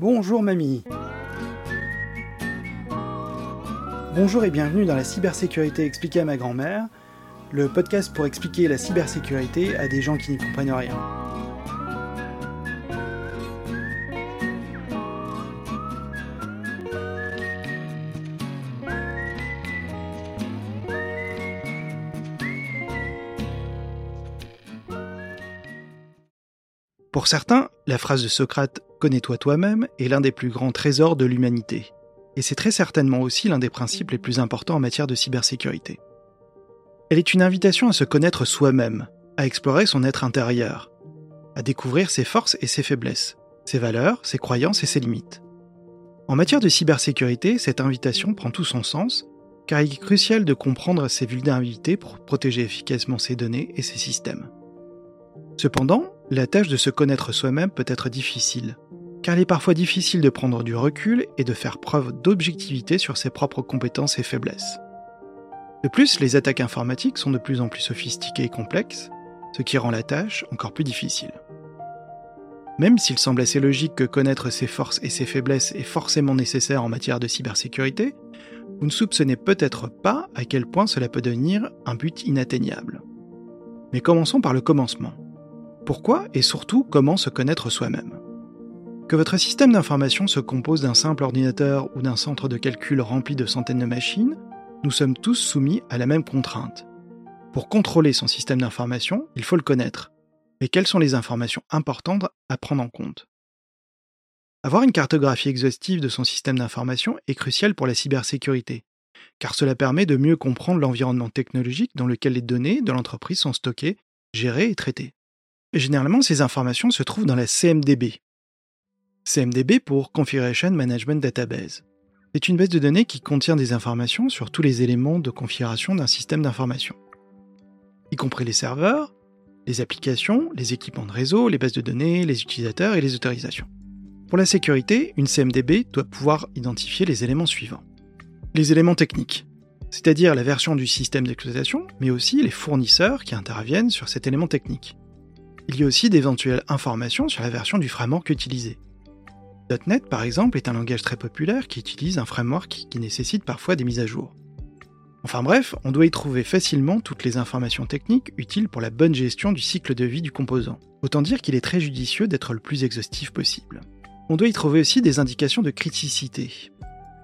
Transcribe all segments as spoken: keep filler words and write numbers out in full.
Bonjour mamie. Bonjour et bienvenue dans la cybersécurité expliquée à ma grand-mère, le podcast pour expliquer la cybersécurité à des gens qui n'y comprennent rien. Pour certains, la phrase de Socrate « Connais-toi toi-même » est l'un des plus grands trésors de l'humanité. Et c'est très certainement aussi l'un des principes les plus importants en matière de cybersécurité. Elle est une invitation à se connaître soi-même, à explorer son être intérieur, à découvrir ses forces et ses faiblesses, ses valeurs, ses croyances et ses limites. En matière de cybersécurité, cette invitation prend tout son sens, car il est crucial de comprendre ses vulnérabilités pour protéger efficacement ses données et ses systèmes. Cependant, la tâche de se connaître soi-même peut être difficile, car il est parfois difficile de prendre du recul et de faire preuve d'objectivité sur ses propres compétences et faiblesses. De plus, les attaques informatiques sont de plus en plus sophistiquées et complexes, ce qui rend la tâche encore plus difficile. Même s'il semble assez logique que connaître ses forces et ses faiblesses est forcément nécessaire en matière de cybersécurité, vous ne soupçonnez peut-être pas à quel point cela peut devenir un but inatteignable. Mais commençons par le commencement. Pourquoi et surtout comment se connaître soi-même ? Que votre système d'information se compose d'un simple ordinateur ou d'un centre de calcul rempli de centaines de machines, nous sommes tous soumis à la même contrainte. Pour contrôler son système d'information, il faut le connaître. Mais quelles sont les informations importantes à prendre en compte ? Avoir une cartographie exhaustive de son système d'information est crucial pour la cybersécurité, car cela permet de mieux comprendre l'environnement technologique dans lequel les données de l'entreprise sont stockées, gérées et traitées. Et généralement, ces informations se trouvent dans la C M D B. C M D B pour Configuration Management Database. C'est une base de données qui contient des informations sur tous les éléments de configuration d'un système d'information, y compris les serveurs, les applications, les équipements de réseau, les bases de données, les utilisateurs et les autorisations. Pour la sécurité, une C M D B doit pouvoir identifier les éléments suivants. Les éléments techniques, c'est-à-dire la version du système d'exploitation, mais aussi les fournisseurs qui interviennent sur cet élément technique. Il y a aussi d'éventuelles informations sur la version du framework utilisé. .NET, par exemple, est un langage très populaire qui utilise un framework qui nécessite parfois des mises à jour. Enfin bref, on doit y trouver facilement toutes les informations techniques utiles pour la bonne gestion du cycle de vie du composant. Autant dire qu'il est très judicieux d'être le plus exhaustif possible. On doit y trouver aussi des indications de criticité.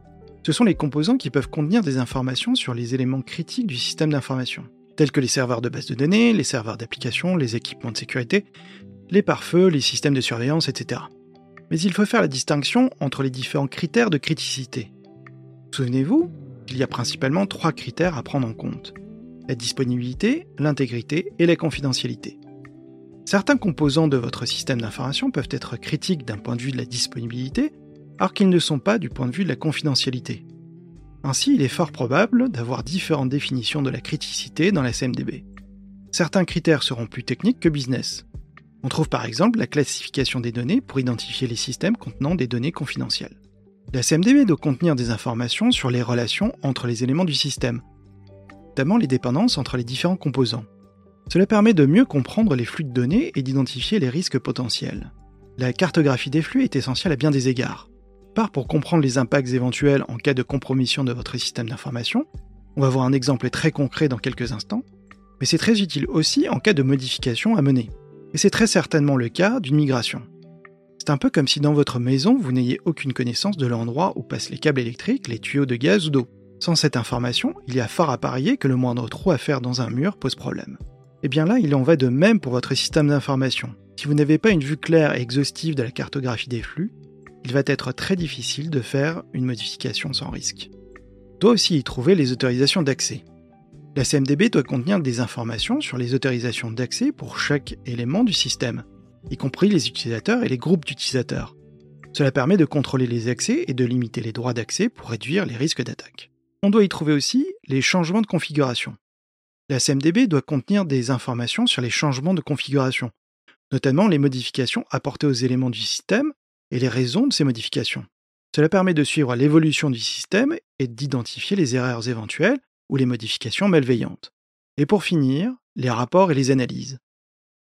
Ce sont les composants qui peuvent contenir des informations sur les éléments critiques du système d'information, tels que les serveurs de base de données, les serveurs d'application, les équipements de sécurité, les pare-feux, les systèmes de surveillance, et cetera. Mais il faut faire la distinction entre les différents critères de criticité. Souvenez-vous, il y a principalement trois critères à prendre en compte. La disponibilité, l'intégrité et la confidentialité. Certains composants de votre système d'information peuvent être critiques d'un point de vue de la disponibilité, alors qu'ils ne sont pas du point de vue de la confidentialité. Ainsi, il est fort probable d'avoir différentes définitions de la criticité dans la C M D B. Certains critères seront plus techniques que business. On trouve par exemple la classification des données pour identifier les systèmes contenant des données confidentielles. La C M D B doit contenir des informations sur les relations entre les éléments du système, notamment les dépendances entre les différents composants. Cela permet de mieux comprendre les flux de données et d'identifier les risques potentiels. La cartographie des flux est essentielle à bien des égards. Part pour comprendre les impacts éventuels en cas de compromission de votre système d'information. On va voir un exemple très concret dans quelques instants, mais c'est très utile aussi en cas de modification à mener. Et c'est très certainement le cas d'une migration. C'est un peu comme si dans votre maison, vous n'ayez aucune connaissance de l'endroit où passent les câbles électriques, les tuyaux de gaz ou d'eau. Sans cette information, il y a fort à parier que le moindre trou à faire dans un mur pose problème. Et bien là, il en va de même pour votre système d'information. Si vous n'avez pas une vue claire et exhaustive de la cartographie des flux, il va être très difficile de faire une modification sans risque. On doit aussi y trouver les autorisations d'accès. La C M D B doit contenir des informations sur les autorisations d'accès pour chaque élément du système, y compris les utilisateurs et les groupes d'utilisateurs. Cela permet de contrôler les accès et de limiter les droits d'accès pour réduire les risques d'attaque. On doit y trouver aussi les changements de configuration. La C M D B doit contenir des informations sur les changements de configuration, notamment les modifications apportées aux éléments du système et les raisons de ces modifications. Cela permet de suivre l'évolution du système et d'identifier les erreurs éventuelles ou les modifications malveillantes. Et pour finir, les rapports et les analyses.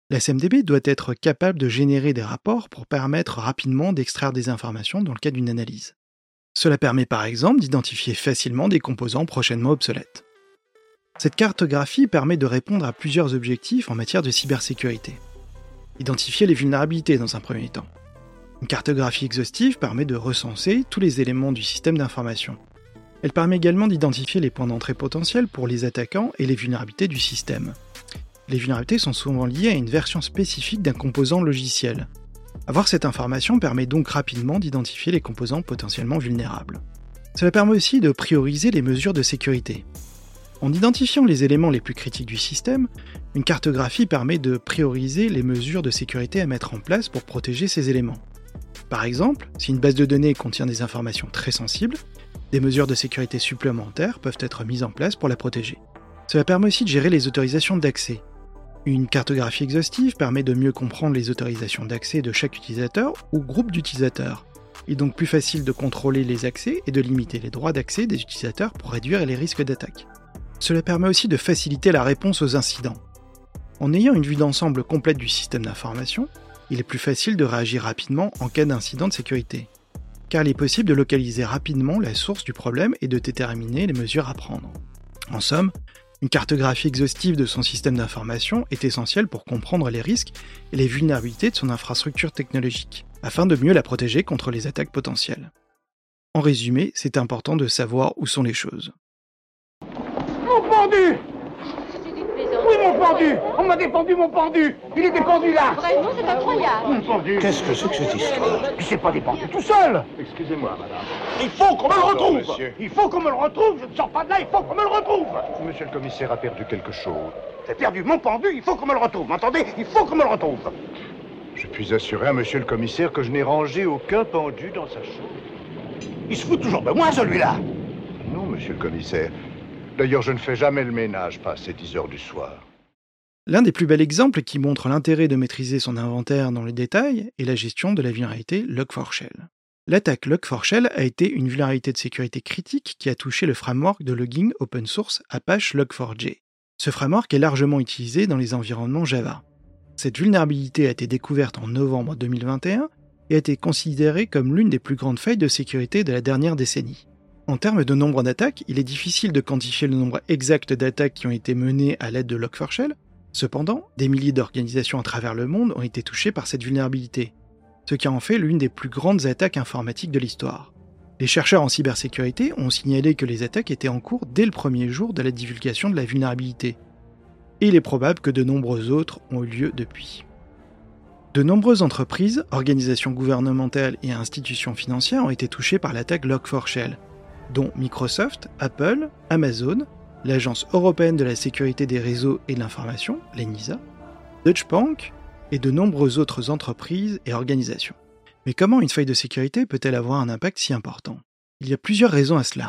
La S M D B doit être capable de générer des rapports pour permettre rapidement d'extraire des informations dans le cas d'une analyse. Cela permet par exemple d'identifier facilement des composants prochainement obsolètes. Cette cartographie permet de répondre à plusieurs objectifs en matière de cybersécurité. Identifier les vulnérabilités dans un premier temps. Une cartographie exhaustive permet de recenser tous les éléments du système d'information. Elle permet également d'identifier les points d'entrée potentiels pour les attaquants et les vulnérabilités du système. Les vulnérabilités sont souvent liées à une version spécifique d'un composant logiciel. Avoir cette information permet donc rapidement d'identifier les composants potentiellement vulnérables. Cela permet aussi de prioriser les mesures de sécurité. En identifiant les éléments les plus critiques du système, une cartographie permet de prioriser les mesures de sécurité à mettre en place pour protéger ces éléments. Par exemple, si une base de données contient des informations très sensibles, des mesures de sécurité supplémentaires peuvent être mises en place pour la protéger. Cela permet aussi de gérer les autorisations d'accès. Une cartographie exhaustive permet de mieux comprendre les autorisations d'accès de chaque utilisateur ou groupe d'utilisateurs. Il est donc plus facile de contrôler les accès et de limiter les droits d'accès des utilisateurs pour réduire les risques d'attaque. Cela permet aussi de faciliter la réponse aux incidents. En ayant une vue d'ensemble complète du système d'information, il est plus facile de réagir rapidement en cas d'incident de sécurité, car il est possible de localiser rapidement la source du problème et de déterminer les mesures à prendre. En somme, une cartographie exhaustive de son système d'information est essentielle pour comprendre les risques et les vulnérabilités de son infrastructure technologique, afin de mieux la protéger contre les attaques potentielles. En résumé, c'est important de savoir où sont les choses. Mon pendu! Oui, mon pendu! On m'a dépendu mon pendu! Il est dépendu là! Vraiment, c'est incroyable! Mon pendu! Qu'est-ce que c'est que cette histoire? Il s'est pas dépendu tout seul! Excusez-moi, madame. Il faut qu'on me le Pardon, retrouve! monsieur. Il faut qu'on me le retrouve! Je ne sors pas de là, il faut qu'on me le retrouve! Monsieur le commissaire a perdu quelque chose. J'ai perdu mon pendu, il faut qu'on me le retrouve! M'entendez? Il faut qu'on me le retrouve! Je puis assurer à monsieur le commissaire que je n'ai rangé aucun pendu dans sa chambre. Il se fout toujours de moi, celui-là! Non, monsieur le commissaire. D'ailleurs, je ne fais jamais le ménage passé dix heures du soir. L'un des plus bels exemples qui montre l'intérêt de maîtriser son inventaire dans les détails est la gestion de la vulnérabilité log four shell. L'attaque log four shell a été une vulnérabilité de sécurité critique qui a touché le framework de logging open source Apache log four j. Ce framework est largement utilisé dans les environnements Java. Cette vulnérabilité a été découverte en novembre deux mille vingt et un et a été considérée comme l'une des plus grandes failles de sécurité de la dernière décennie. En termes de nombre d'attaques, il est difficile de quantifier le nombre exact d'attaques qui ont été menées à l'aide de log four shell. Cependant, des milliers d'organisations à travers le monde ont été touchées par cette vulnérabilité, ce qui en fait l'une des plus grandes attaques informatiques de l'histoire. Les chercheurs en cybersécurité ont signalé que les attaques étaient en cours dès le premier jour de la divulgation de la vulnérabilité, et il est probable que de nombreuses autres ont eu lieu depuis. De nombreuses entreprises, organisations gouvernementales et institutions financières ont été touchées par l'attaque log four shell, dont Microsoft, Apple, Amazon, l'Agence européenne de la sécurité des réseaux et de l'information, l'ENISA, Deutsche Bank et de nombreuses autres entreprises et organisations. Mais comment une faille de sécurité peut-elle avoir un impact si important? Il y a plusieurs raisons à cela.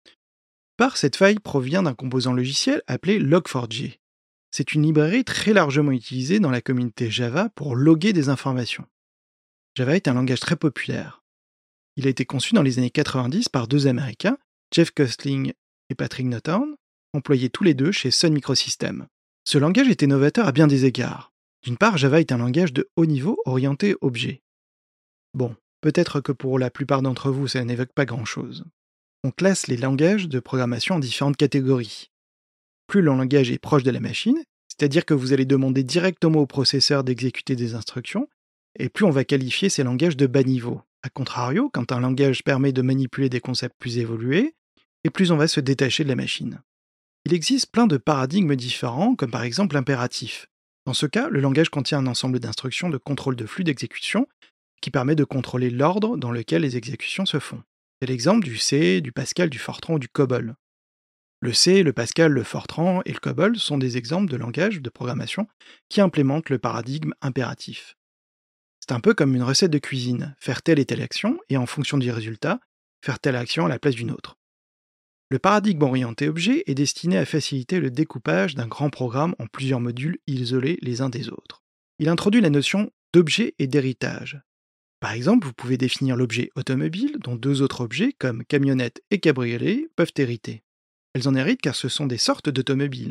Par cette faille provient d'un composant logiciel appelé log four j. C'est une librairie très largement utilisée dans la communauté Java pour loguer des informations. Java est un langage très populaire. Il a été conçu dans les années quatre-vingt-dix par deux Américains, Jeff Costling et Patrick Nottown, employés tous les deux chez Sun Microsystems. Ce langage est novateur à bien des égards. D'une part, Java est un langage de haut niveau orienté objet. Bon, peut-être que pour la plupart d'entre vous, ça n'évoque pas grand-chose. On classe les langages de programmation en différentes catégories. Plus le langage est proche de la machine, c'est-à-dire que vous allez demander directement au processeur d'exécuter des instructions, et plus on va qualifier ces langages de bas niveau. A contrario, quand un langage permet de manipuler des concepts plus évolués, et plus on va se détacher de la machine. Il existe plein de paradigmes différents, comme par exemple l'impératif. Dans ce cas, le langage contient un ensemble d'instructions de contrôle de flux d'exécution qui permet de contrôler l'ordre dans lequel les exécutions se font. C'est l'exemple du C, du Pascal, du Fortran ou du COBOL. Le C, le Pascal, le Fortran et le COBOL sont des exemples de langages de programmation qui implémentent le paradigme impératif. C'est un peu comme une recette de cuisine, faire telle et telle action, et en fonction du résultat, faire telle action à la place d'une autre. Le paradigme orienté objet est destiné à faciliter le découpage d'un grand programme en plusieurs modules isolés les uns des autres. Il introduit la notion d'objet et d'héritage. Par exemple, vous pouvez définir l'objet automobile, dont deux autres objets, comme camionnette et cabriolet, peuvent hériter. Elles en héritent car ce sont des sortes d'automobiles.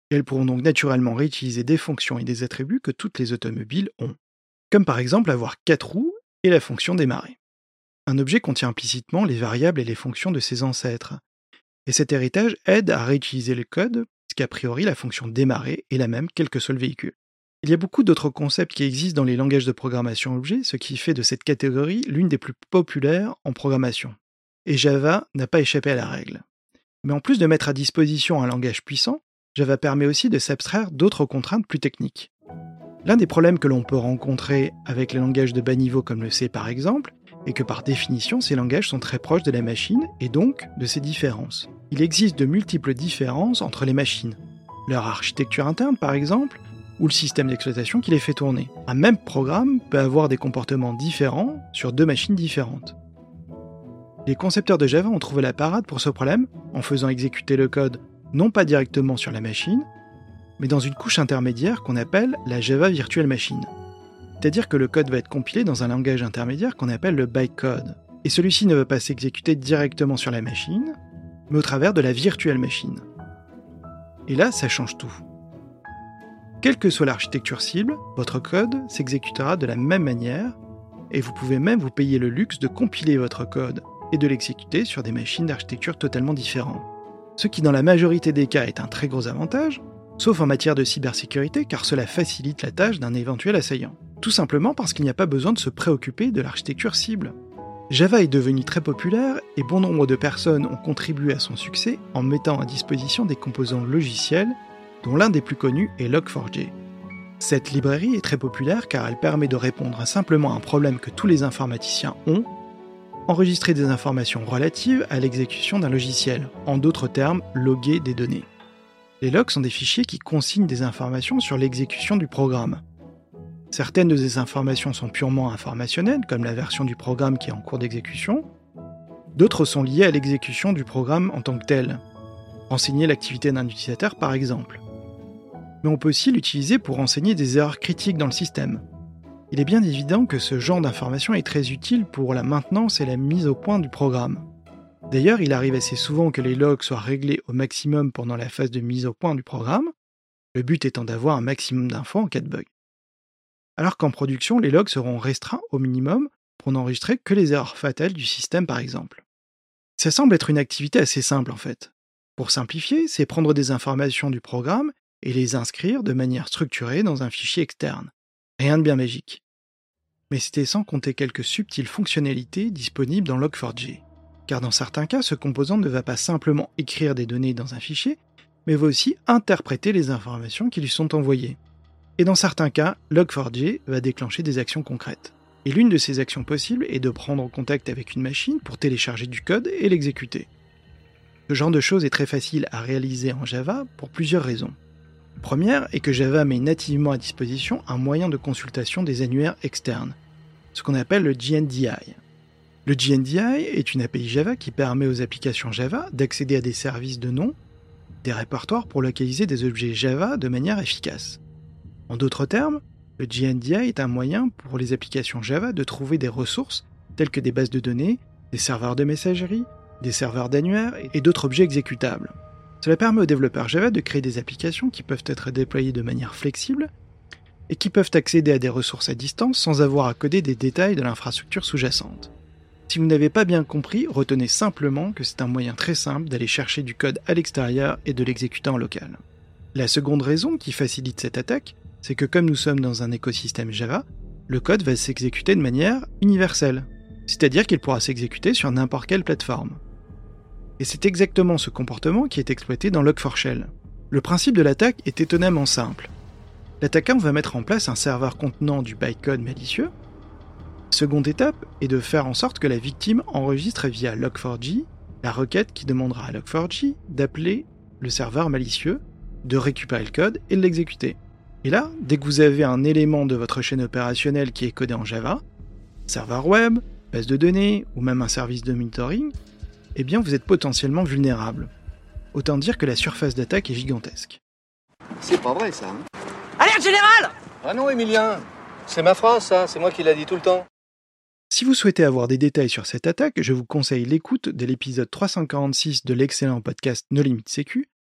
Et elles pourront donc naturellement réutiliser des fonctions et des attributs que toutes les automobiles ont. Comme par exemple avoir quatre roues et la fonction démarrer. Un objet contient implicitement les variables et les fonctions de ses ancêtres. Et cet héritage aide à réutiliser le code, puisqu'a priori la fonction démarrer est la même quel que soit le véhicule. Il y a beaucoup d'autres concepts qui existent dans les langages de programmation objet, ce qui fait de cette catégorie l'une des plus populaires en programmation. Et Java n'a pas échappé à la règle. Mais en plus de mettre à disposition un langage puissant, Java permet aussi de s'abstraire d'autres contraintes plus techniques. L'un des problèmes que l'on peut rencontrer avec les langages de bas niveau comme le C par exemple, est que par définition ces langages sont très proches de la machine et donc de ses différences. Il existe de multiples différences entre les machines. Leur architecture interne par exemple, ou le système d'exploitation qui les fait tourner. Un même programme peut avoir des comportements différents sur deux machines différentes. Les concepteurs de Java ont trouvé la parade pour ce problème en faisant exécuter le code non pas directement sur la machine, mais dans une couche intermédiaire qu'on appelle la Java Virtual Machine. C'est-à-dire que le code va être compilé dans un langage intermédiaire qu'on appelle le bytecode. Et celui-ci ne va pas s'exécuter directement sur la machine, mais au travers de la Virtual Machine. Et là, ça change tout. Quelle que soit l'architecture cible, votre code s'exécutera de la même manière, et vous pouvez même vous payer le luxe de compiler votre code et de l'exécuter sur des machines d'architecture totalement différentes. Ce qui dans la majorité des cas est un très gros avantage, sauf en matière de cybersécurité car cela facilite la tâche d'un éventuel assaillant. Tout simplement parce qu'il n'y a pas besoin de se préoccuper de l'architecture cible. Java est devenu très populaire et bon nombre de personnes ont contribué à son succès en mettant à disposition des composants logiciels dont l'un des plus connus est log four j. Cette librairie est très populaire car elle permet de répondre à simplement un problème que tous les informaticiens ont, enregistrer des informations relatives à l'exécution d'un logiciel, en d'autres termes, loguer des données. Les logs sont des fichiers qui consignent des informations sur l'exécution du programme. Certaines de ces informations sont purement informationnelles, comme la version du programme qui est en cours d'exécution. D'autres sont liées à l'exécution du programme en tant que tel, renseigner l'activité d'un utilisateur par exemple. Mais on peut aussi l'utiliser pour renseigner des erreurs critiques dans le système. Il est bien évident que ce genre d'information est très utile pour la maintenance et la mise au point du programme. D'ailleurs, il arrive assez souvent que les logs soient réglés au maximum pendant la phase de mise au point du programme, le but étant d'avoir un maximum d'infos en cas de bug. Alors qu'en production, les logs seront restreints au minimum pour n'enregistrer que les erreurs fatales du système par exemple. Ça semble être une activité assez simple en fait. Pour simplifier, c'est prendre des informations du programme et les inscrire de manière structurée dans un fichier externe. Rien de bien magique. Mais c'était sans compter quelques subtiles fonctionnalités disponibles dans log four j. Car dans certains cas, ce composant ne va pas simplement écrire des données dans un fichier, mais va aussi interpréter les informations qui lui sont envoyées. Et dans certains cas, log four j va déclencher des actions concrètes. Et l'une de ces actions possibles est de prendre contact avec une machine pour télécharger du code et l'exécuter. Ce genre de choses est très facile à réaliser en Java pour plusieurs raisons. La première est que Java met nativement à disposition un moyen de consultation des annuaires externes, ce qu'on appelle le G N D I. Le G N D I est une A P I Java qui permet aux applications Java d'accéder à des services de nom, des répertoires pour localiser des objets Java de manière efficace. En d'autres termes, le G N D I est un moyen pour les applications Java de trouver des ressources telles que des bases de données, des serveurs de messagerie, des serveurs d'annuaires et d'autres objets exécutables. Cela permet aux développeurs Java de créer des applications qui peuvent être déployées de manière flexible et qui peuvent accéder à des ressources à distance sans avoir à coder des détails de l'infrastructure sous-jacente. Si vous n'avez pas bien compris, retenez simplement que c'est un moyen très simple d'aller chercher du code à l'extérieur et de l'exécuter en local. La seconde raison qui facilite cette attaque, c'est que comme nous sommes dans un écosystème Java, le code va s'exécuter de manière universelle, c'est-à-dire qu'il pourra s'exécuter sur n'importe quelle plateforme. Et c'est exactement ce comportement qui est exploité dans log four shell. Le principe de l'attaque est étonnamment simple. L'attaquant va mettre en place un serveur contenant du bytecode malicieux. Seconde étape est de faire en sorte que la victime enregistre via log four j la requête qui demandera à log four j d'appeler le serveur malicieux, de récupérer le code et de l'exécuter. Et là, dès que vous avez un élément de votre chaîne opérationnelle qui est codé en Java, serveur web, base de données ou même un service de monitoring, eh bien vous êtes potentiellement vulnérable. Autant dire que la surface d'attaque est gigantesque. C'est pas vrai ça. Hein. Alerte générale! Ah non, Emilien, c'est ma phrase ça, c'est moi qui l'a dit tout le temps. Si vous souhaitez avoir des détails sur cette attaque, je vous conseille l'écoute de l'épisode trois cent quarante-six de l'excellent podcast No Limit Sécu,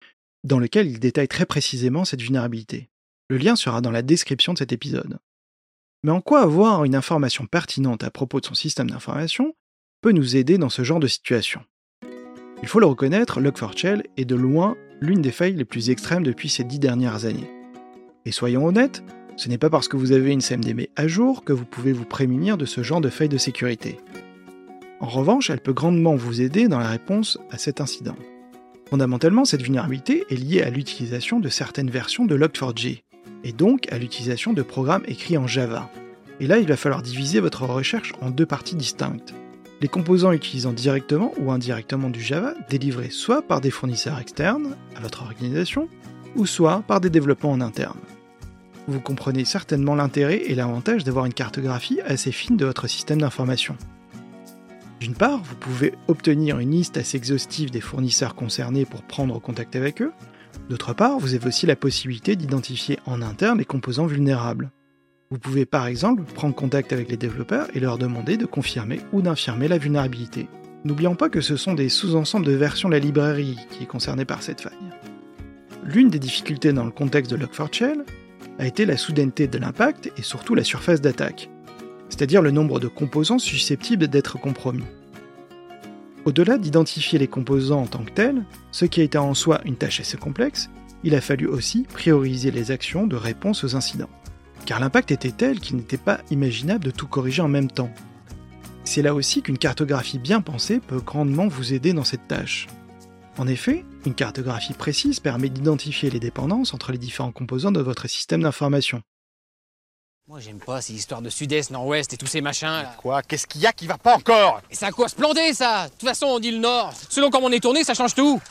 dans lequel il détaille très précisément cette vulnérabilité. Le lien sera dans la description de cet épisode. Mais en quoi avoir une information pertinente à propos de son système d'information peut nous aider dans ce genre de situation ? Il faut le reconnaître, log four shell est de loin l'une des failles les plus extrêmes depuis ces dix dernières années. Et soyons honnêtes, ce n'est pas parce que vous avez une C M D B à jour que vous pouvez vous prémunir de ce genre de faille de sécurité. En revanche, elle peut grandement vous aider dans la réponse à cet incident. Fondamentalement, cette vulnérabilité est liée à l'utilisation de certaines versions de log four j, et donc à l'utilisation de programmes écrits en Java. Et là, il va falloir diviser votre recherche en deux parties distinctes. Les composants utilisant directement ou indirectement du Java, délivrés soit par des fournisseurs externes à votre organisation, ou soit par des développements en interne. Vous comprenez certainement l'intérêt et l'avantage d'avoir une cartographie assez fine de votre système d'information. D'une part, vous pouvez obtenir une liste assez exhaustive des fournisseurs concernés pour prendre contact avec eux. D'autre part, vous avez aussi la possibilité d'identifier en interne les composants vulnérables. Vous pouvez par exemple prendre contact avec les développeurs et leur demander de confirmer ou d'infirmer la vulnérabilité. N'oublions pas que ce sont des sous-ensembles de versions de la librairie qui est concernée par cette faille. L'une des difficultés dans le contexte de log four shell a été la soudaineté de l'impact et surtout la surface d'attaque, c'est-à-dire le nombre de composants susceptibles d'être compromis. Au-delà d'identifier les composants en tant que tels, ce qui a été en soi une tâche assez complexe, il a fallu aussi prioriser les actions de réponse aux incidents. Car l'impact était tel qu'il n'était pas imaginable de tout corriger en même temps. C'est là aussi qu'une cartographie bien pensée peut grandement vous aider dans cette tâche. En effet, une cartographie précise permet d'identifier les dépendances entre les différents composants de votre système d'information. Moi j'aime pas ces histoires de sud-est, nord-ouest et tous ces machins là. Quoi? Qu'est-ce qu'il y a qui va pas encore? Et c'est à quoi se planter ça? De toute façon on dit le nord. Selon comment on est tourné, ça change tout.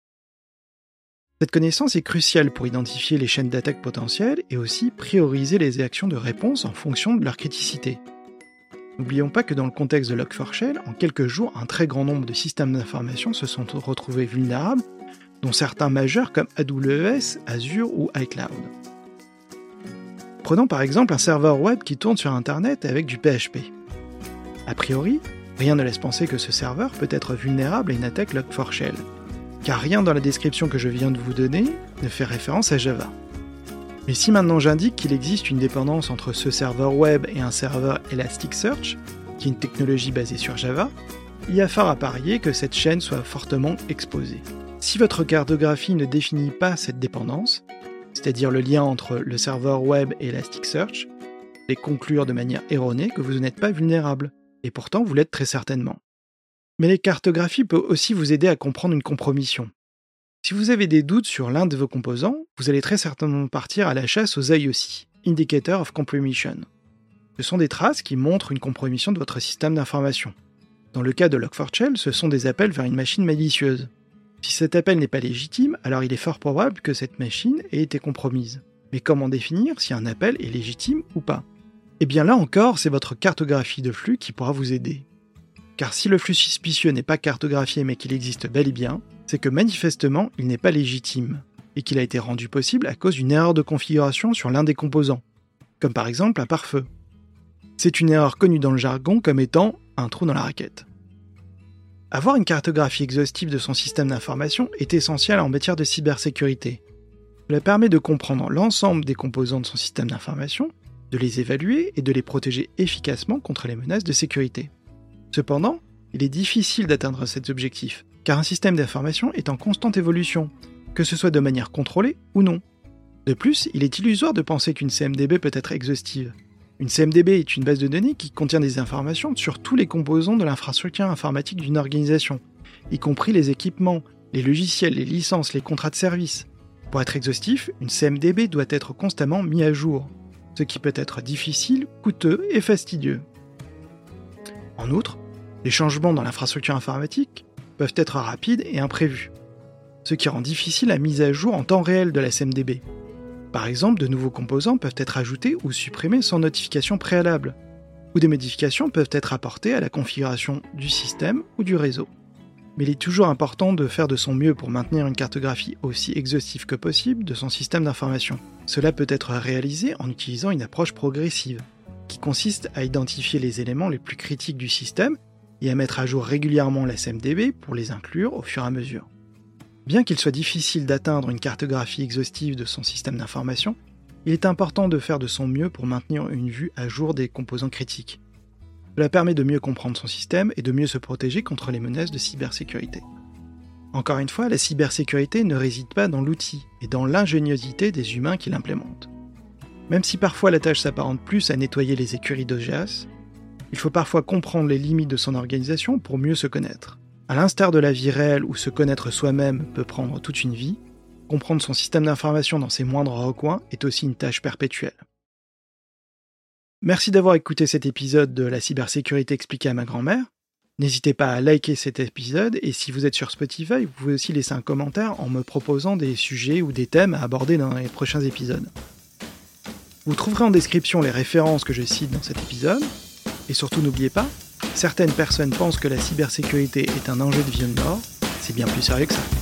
Cette connaissance est cruciale pour identifier les chaînes d'attaque potentielles et aussi prioriser les actions de réponse en fonction de leur criticité. N'oublions pas que dans le contexte de log four shell, en quelques jours, un très grand nombre de systèmes d'information se sont retrouvés vulnérables, dont certains majeurs comme A W S, Azure ou iCloud. Prenons par exemple un serveur web qui tourne sur Internet avec du P H P. A priori, rien ne laisse penser que ce serveur peut être vulnérable à une attaque log four shell, car rien dans la description que je viens de vous donner ne fait référence à Java. Mais si maintenant j'indique qu'il existe une dépendance entre ce serveur web et un serveur Elasticsearch, qui est une technologie basée sur Java, il y a fort à parier que cette chaîne soit fortement exposée. Si votre cartographie ne définit pas cette dépendance, c'est-à-dire le lien entre le serveur web et Elasticsearch, vous allez conclure de manière erronée que vous n'êtes pas vulnérable, et pourtant vous l'êtes très certainement. Mais les cartographies peuvent aussi vous aider à comprendre une compromission. Si vous avez des doutes sur l'un de vos composants, vous allez très certainement partir à la chasse aux I O C, Indicator of Compromission. Ce sont des traces qui montrent une compromission de votre système d'information. Dans le cas de log four shell, ce sont des appels vers une machine malicieuse. Si cet appel n'est pas légitime, alors il est fort probable que cette machine ait été compromise. Mais comment définir si un appel est légitime ou pas? Eh bien là encore, c'est votre cartographie de flux qui pourra vous aider. Car si le flux suspicieux n'est pas cartographié mais qu'il existe bel et bien, c'est que manifestement il n'est pas légitime, et qu'il a été rendu possible à cause d'une erreur de configuration sur l'un des composants, comme par exemple un pare-feu. C'est une erreur connue dans le jargon comme étant un trou dans la raquette. Avoir une cartographie exhaustive de son système d'information est essentiel en matière de cybersécurité. Cela permet de comprendre l'ensemble des composants de son système d'information, de les évaluer et de les protéger efficacement contre les menaces de sécurité. Cependant, il est difficile d'atteindre cet objectif, car un système d'information est en constante évolution, que ce soit de manière contrôlée ou non. De plus, il est illusoire de penser qu'une C M D B peut être exhaustive. Une C M D B est une base de données qui contient des informations sur tous les composants de l'infrastructure informatique d'une organisation, y compris les équipements, les logiciels, les licences, les contrats de service. Pour être exhaustif, une C M D B doit être constamment mise à jour, ce qui peut être difficile, coûteux et fastidieux. En outre, les changements dans l'infrastructure informatique peuvent être rapides et imprévus, ce qui rend difficile la mise à jour en temps réel de la C M D B. Par exemple, de nouveaux composants peuvent être ajoutés ou supprimés sans notification préalable, ou des modifications peuvent être apportées à la configuration du système ou du réseau. Mais il est toujours important de faire de son mieux pour maintenir une cartographie aussi exhaustive que possible de son système d'information. Cela peut être réalisé en utilisant une approche progressive, qui consiste à identifier les éléments les plus critiques du système et à mettre à jour régulièrement la C M D B pour les inclure au fur et à mesure. Bien qu'il soit difficile d'atteindre une cartographie exhaustive de son système d'information, il est important de faire de son mieux pour maintenir une vue à jour des composants critiques. Cela permet de mieux comprendre son système et de mieux se protéger contre les menaces de cybersécurité. Encore une fois, la cybersécurité ne réside pas dans l'outil et dans l'ingéniosité des humains qui l'implémentent. Même si parfois la tâche s'apparente plus à nettoyer les écuries d'O G A S, il faut parfois comprendre les limites de son organisation pour mieux se connaître. À l'instar de la vie réelle où se connaître soi-même peut prendre toute une vie, comprendre son système d'information dans ses moindres recoins est aussi une tâche perpétuelle. Merci d'avoir écouté cet épisode de la cybersécurité expliquée à ma grand-mère. N'hésitez pas à liker cet épisode et si vous êtes sur Spotify, vous pouvez aussi laisser un commentaire en me proposant des sujets ou des thèmes à aborder dans les prochains épisodes. Vous trouverez en description les références que je cite dans cet épisode. Et surtout n'oubliez pas, certaines personnes pensent que la cybersécurité est un enjeu de vie ou de mort, c'est bien plus sérieux que ça.